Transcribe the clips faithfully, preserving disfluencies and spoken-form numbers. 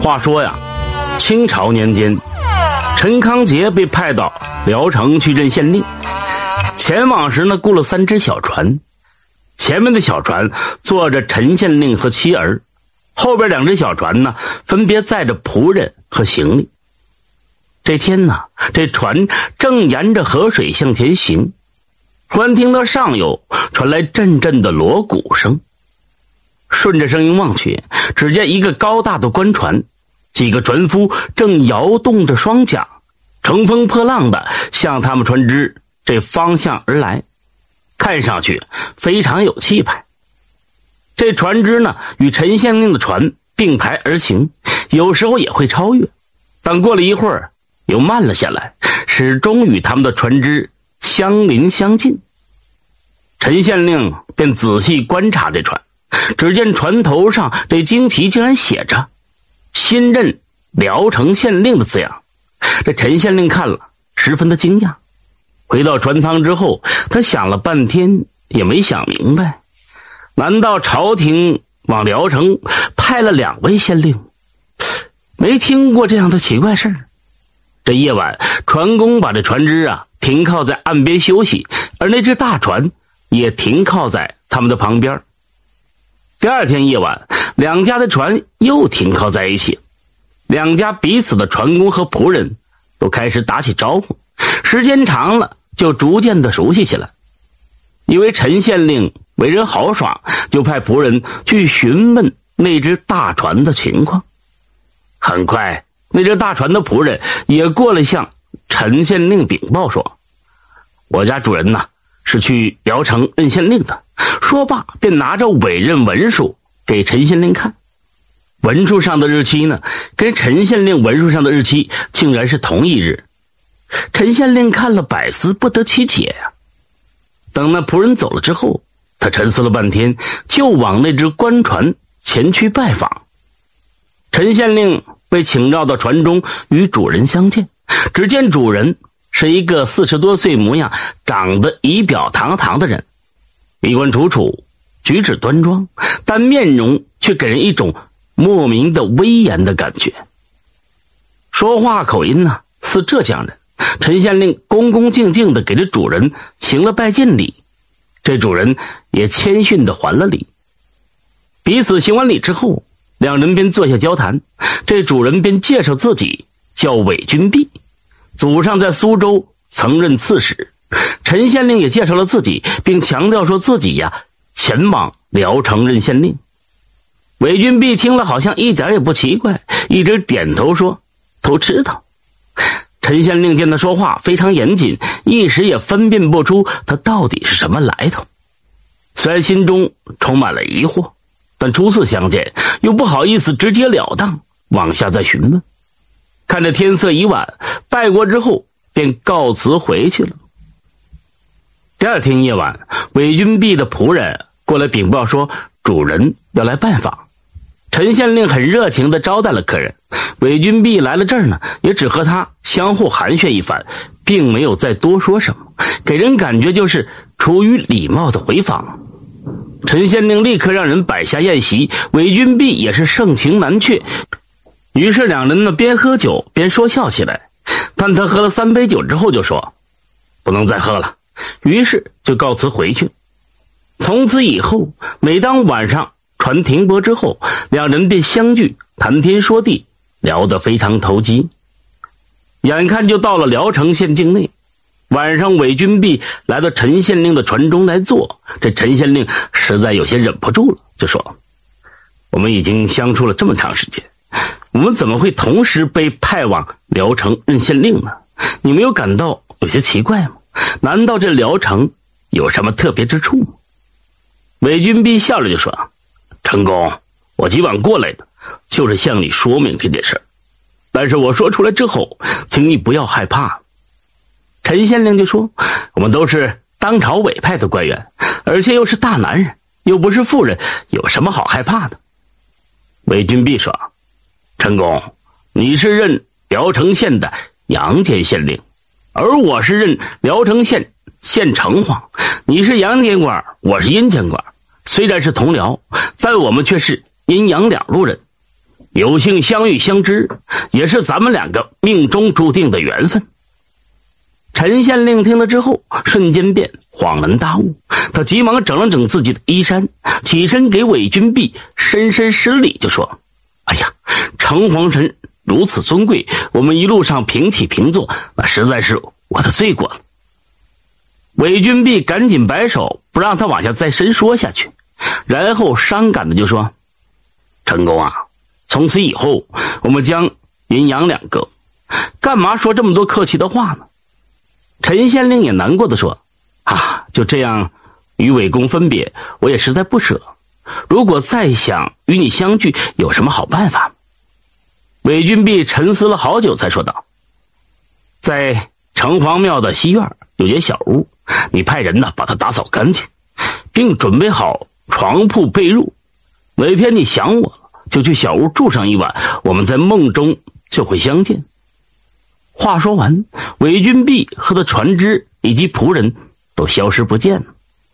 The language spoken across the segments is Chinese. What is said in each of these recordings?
话说呀，清朝年间，陈康节被派到聊城去任县令。前往时呢，雇了三只小船，前面的小船坐着陈县令和妻儿，后边两只小船呢，分别载着仆人和行李。这天呢，这船正沿着河水向前行，忽然听到上游传来阵阵的锣鼓声。顺着声音望去，只见一个高大的官船，几个船夫正摇动着双桨，乘风破浪的向他们船只这方向而来，看上去非常有气派。这船只呢，与陈县令的船并排而行，有时候也会超越，但过了一会儿又慢了下来，始终与他们的船只相邻相近。陈县令便仔细观察这船，只见船头上这旌旗竟然写着新任聊城县令的字样。这陈县令看了十分的惊讶，回到船舱之后，他想了半天也没想明白，难道朝廷往聊城派了两位县令？没听过这样的奇怪事儿。这夜晚，船工把这船只啊停靠在岸边休息，而那只大船也停靠在他们的旁边。第二天夜晚，两家的船又停靠在一起，两家彼此的船工和仆人都开始打起招呼，时间长了就逐渐的熟悉起来。因为陈县令为人豪爽，就派仆人去询问那只大船的情况。很快，那只大船的仆人也过来向陈县令禀报说，我家主人呐是去聊城任县令的。说罢便拿着委任文书给陈县令看，文书上的日期呢，跟陈县令文书上的日期竟然是同一日。陈县令看了百思不得其解呀、啊。等那仆人走了之后，他沉思了半天，就往那只官船前去拜访。陈县令被请到到船中与主人相见，只见主人是一个四十多岁模样，长得仪表堂堂的人，衣冠楚楚，举止端庄，但面容却给人一种莫名的威严的感觉。说话口音呢似浙江人。陈县令恭恭敬敬地给这主人行了拜见礼，这主人也谦逊地还了礼。彼此行完礼之后，两人便坐下交谈。这主人便介绍自己叫韦君弼，祖上在苏州曾任刺史。陈县令也介绍了自己，并强调说自己呀前往聊城任县令。韦君弼听了好像一点也不奇怪，一直点头说都知道。陈县令见他说话非常严谨，一时也分辨不出他到底是什么来头。虽然心中充满了疑惑，但初次相见又不好意思直截了当往下再询问。看着天色已晚，拜过之后便告辞回去了。第二天夜晚，韦君弼的仆人过来禀报说主人要来拜访。陈县令很热情地招待了客人，韦君弼来了这儿呢，也只和他相互寒暄一番，并没有再多说什么，给人感觉就是出于礼貌的回访。陈县令立刻让人摆下宴席，韦君弼也是盛情难却，于是两人呢边喝酒边说笑起来。但他喝了三杯酒之后就说不能再喝了，于是就告辞回去。从此以后，每当晚上船停泊之后，两人便相聚谈天说地，聊得非常投机。眼看就到了聊城县境内，晚上韦君弼来到陈县令的船中来坐，这陈县令实在有些忍不住了，就说我们已经相处了这么长时间，我们怎么会同时被派往聊城任县令呢？你没有感到有些奇怪吗？难道这聊城有什么特别之处吗？韦君弼笑着就说，陈公，我今晚过来的就是向你说明这件事，但是我说出来之后，请你不要害怕。陈县令就说，我们都是当朝委派的官员，而且又是大男人，又不是妇人，有什么好害怕的？韦君弼说，陈公，你是任聊城县的阳间县令，而我是任聊城县县城隍，你是阳间官，我是阴间官，虽然是同僚，但我们却是阴阳两路人。 有幸相遇相知，也是咱们两个命中注定的缘分。陈县令听了之后，瞬间便恍然大悟，他急忙整了整自己的衣衫，起身给韦君璧深深施礼，就说：哎呀，城隍神如此尊贵，我们一路上平起平坐，那实在是我的罪过了。韦君璧赶紧摆手，不让他往下再深说下去，然后伤感的就说：陈公啊，从此以后我们将阴阳两隔，干嘛说这么多客气的话呢？陈县令也难过的说：啊，就这样与韦公分别，我也实在不舍，如果再想与你相聚，有什么好办法？韦君璧沉思了好久才说道：在城隍庙的西院有间小屋，你派人呢把它打扫干净，并准备好床铺被褥，哪天你想我了，就去小屋住上一晚，我们在梦中就会相见。话说完，韦君璧和他船只以及仆人都消失不见了。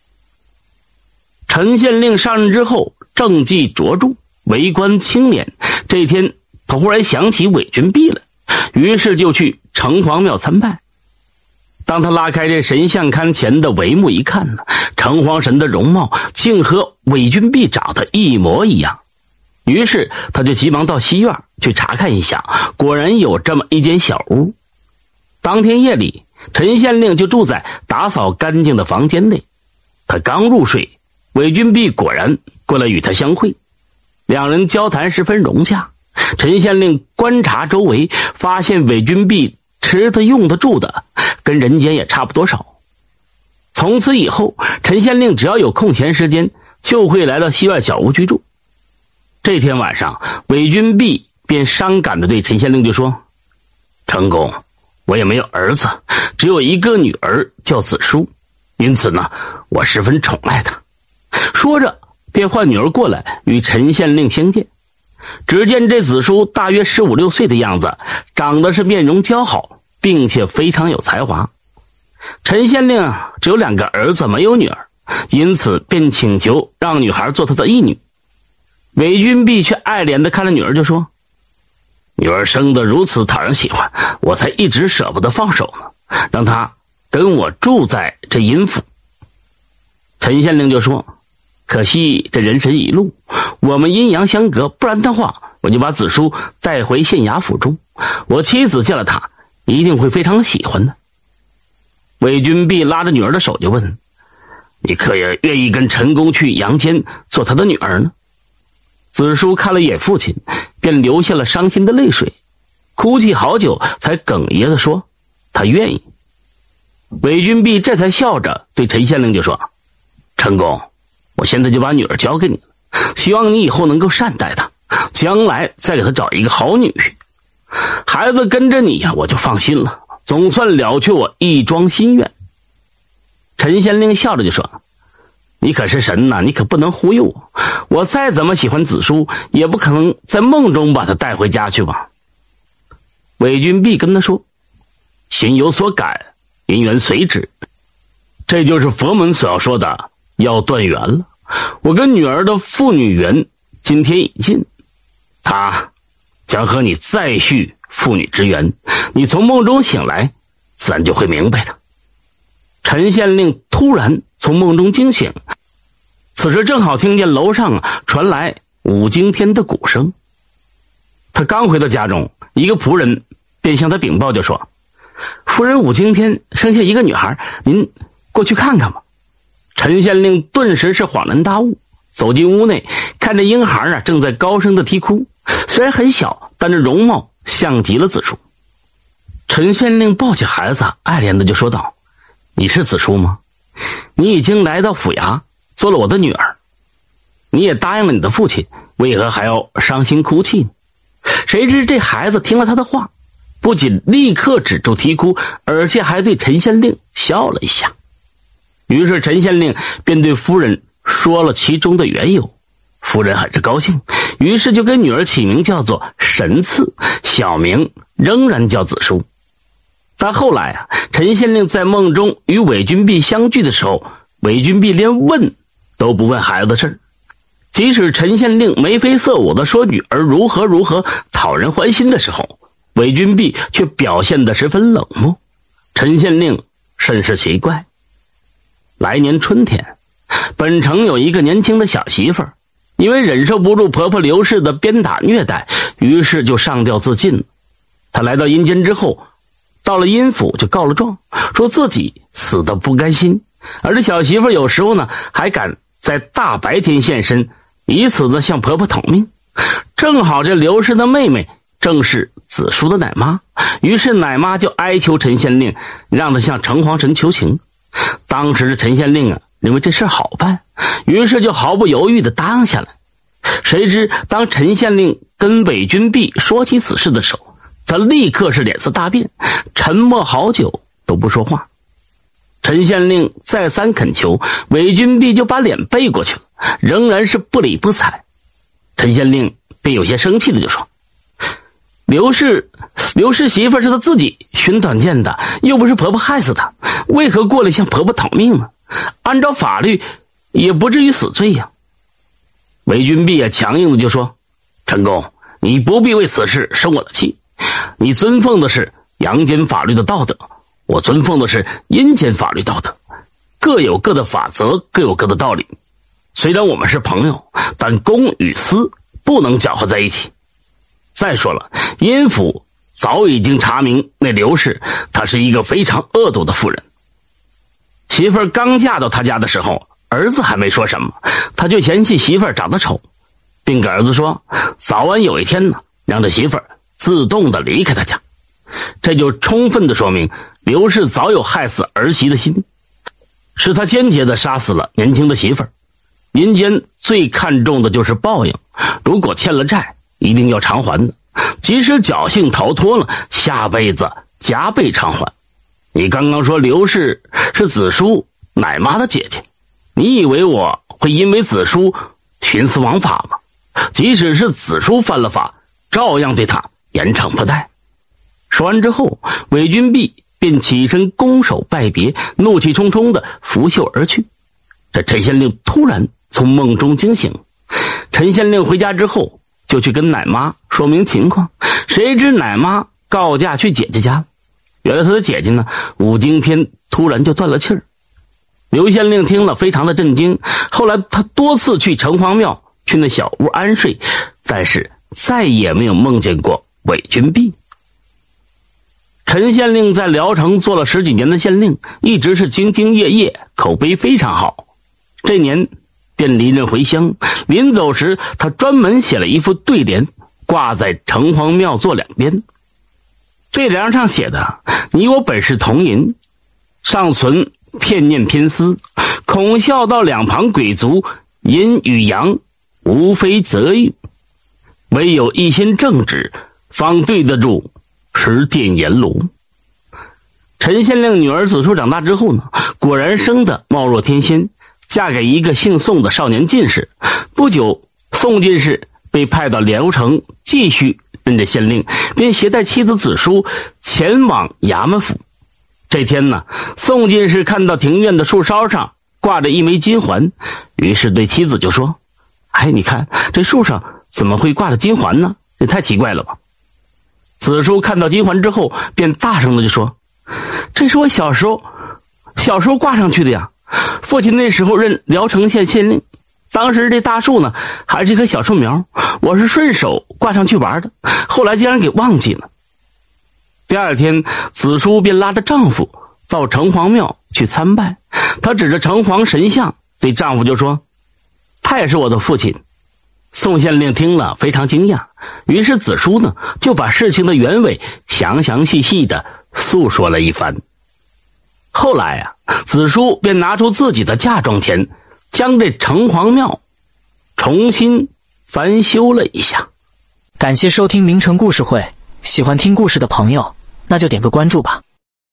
陈县令上任之后，政绩卓著，为官清廉。这天他忽然想起韦君璧了，于是就去城隍庙参拜。当他拉开这神像龛前的帷幕一看呢，城隍神的容貌竟和韦君璧长得一模一样。于是他就急忙到西院去查看一下，果然有这么一间小屋。当天夜里，陈县令就住在打扫干净的房间内。他刚入睡，韦君璧果然过来与他相会，两人交谈十分融洽。陈县令观察周围，发现韦君璧吃的用的住的跟人间也差不多少。从此以后，陈县令只要有空闲时间，就会来到西外小屋居住。这天晚上，韦君璧便伤感地对陈县令就说：陈公，我也没有儿子，只有一个女儿叫子舒，因此呢，我十分宠爱她。说着便唤女儿过来与陈县令相见。只见这子舒大约十五六岁的样子，长得是面容姣好，并且非常有才华。陈县令只有两个儿子，没有女儿，因此便请求让女孩做他的义女。韦君璧却爱怜地看着女儿就说：女儿生得如此讨人喜欢，我才一直舍不得放手呢，让她跟我住在这阴府。陈县令就说：可惜这人神一路，我们阴阳相隔，不然的话我就把子舒带回县衙府中，我妻子见了他一定会非常喜欢的。韦君璧拉着女儿的手就问：你可也愿意跟陈公去阳间做他的女儿呢？子舒看了眼父亲，便流下了伤心的泪水，哭泣好久才哽咽地说：他愿意。韦君璧这才笑着对陈县令就说：陈公，我现在就把女儿交给你了，希望你以后能够善待她，将来再给她找一个好女婿。孩子跟着你呀，我就放心了，总算了却我一桩心愿。陈县令笑着就说：你可是神呐，你可不能忽悠我，我再怎么喜欢子舒，也不可能在梦中把她带回家去吧。韦君璧跟他说：心有所感，因缘随之，这就是佛门所要说的要断缘了。我跟女儿的父女缘今天已尽，她将和你再续父女之缘，你从梦中醒来，自然就会明白的。陈县令突然从梦中惊醒，此时正好听见楼上啊传来五更天的鼓声。他刚回到家中，一个仆人便向他禀报就说：夫人五更天生下一个女孩，您过去看看吧。陈县令顿时是恍然大悟，走进屋内，看着婴孩啊正在高声的啼哭，虽然很小，但是容貌像极了子舒。陈县令抱起孩子，爱怜的就说道：你是子舒吗？你已经来到府衙做了我的女儿，你也答应了你的父亲，为何还要伤心哭泣呢？谁知这孩子听了他的话，不仅立刻止住啼哭，而且还对陈县令笑了一下。于是陈县令便对夫人说了其中的缘由，夫人很是高兴，于是就给女儿起名叫做神赐，小名仍然叫子舒。但后来啊，陈县令在梦中与韦君璧相聚的时候，韦君璧连问都不问孩子的事儿。 即使陈县令眉飞色舞的说女儿如何如何讨人欢心的时候，韦君璧却表现得十分冷漠。陈县令甚是奇怪。来年春天，本城有一个年轻的小媳妇儿，因为忍受不住婆婆刘氏的鞭打虐待，于是就上吊自尽了。她来到阴间之后，到了阴府就告了状，说自己死得不甘心，而这小媳妇有时候呢还敢在大白天现身，以此呢向婆婆讨命。正好这刘氏的妹妹正是子叔的奶妈，于是奶妈就哀求陈县令让他向城隍神求情。当时的陈县令啊认为这事好办，于是就毫不犹豫地答应下来。谁知当陈县令跟韦君璧说起此事的时候，他立刻是脸色大变，沉默好久都不说话。陈县令再三恳求，韦君璧就把脸背过去了，仍然是不理不睬。陈县令便有些生气的就说，刘氏刘氏媳妇是他自己寻短见的，又不是婆婆害死她，为何过来向婆婆讨命呢？按照法律也不至于死罪呀。韦君璧也强硬的就说，陈公，你不必为此事生我的气，你尊奉的是阳间法律的道德，我尊奉的是阴间法律道德，各有各的法则，各有各的道理。虽然我们是朋友，但公与私不能搅和在一起。再说了，阴府早已经查明那刘氏她是一个非常恶毒的妇人。媳妇儿刚嫁到他家的时候，儿子还没说什么，他就嫌弃媳妇儿长得丑，并给儿子说早晚有一天呢，让这媳妇儿自动的离开他家。这就充分的说明刘氏早有害死儿媳的心，是他间接的杀死了年轻的媳妇儿。阴间最看重的就是报应，如果欠了债一定要偿还的，即使侥幸逃脱了，下辈子加倍偿还。你刚刚说刘氏是子叔奶妈的姐姐，你以为我会因为子叔徇私枉法吗？即使是子叔犯了法，照样对他严惩不贷。说完之后，韦君璧便起身拱手拜别，怒气冲冲的拂袖而去。这陈县令突然从梦中惊醒，陈县令回家之后就去跟奶妈说明情况，谁知奶妈告假去姐姐家了。原来他的姐姐呢武经天突然就断了气儿。刘县令听了非常的震惊，后来他多次去城隍庙去那小屋安睡，但是再也没有梦见过韦君璧。陈县令在聊城做了十几年的县令，一直是兢兢业业，口碑非常好。这年便离任回乡，临走时他专门写了一副对联，挂在城隍庙座两边。对联上写的，你我本是同吟，尚存片念偏私，恐笑到两旁鬼卒，阴与阳无非择欲，唯有一心正直，方对得住十殿阎炉。陈县令女儿子叔长大之后呢，果然生得貌若天仙，嫁给一个姓宋的少年进士。不久，宋进士被派到聊城继续任着县令，便携带妻子子叔前往衙门府。这天呢，宋进士看到庭院的树梢上挂着一枚金环，于是对妻子就说，哎，你看这树上怎么会挂着金环呢？也太奇怪了吧。子叔看到金环之后便大声的就说，这是我小时候小时候挂上去的呀，父亲那时候任聊城县县令，当时这大树呢还是一棵小树苗，我是顺手挂上去玩的，后来竟然给忘记了。第二天，子叔便拉着丈夫到城隍庙去参拜，她指着城隍神像对丈夫就说，他也是我的父亲。宋县令听了非常惊讶，于是子叔呢就把事情的原委详详细细的诉说了一番。后来啊，子叔便拿出自己的嫁妆钱，将这城隍庙重新翻修了一下。 感谢收听名城故事会，喜欢听故事的朋友，那就点个关注吧。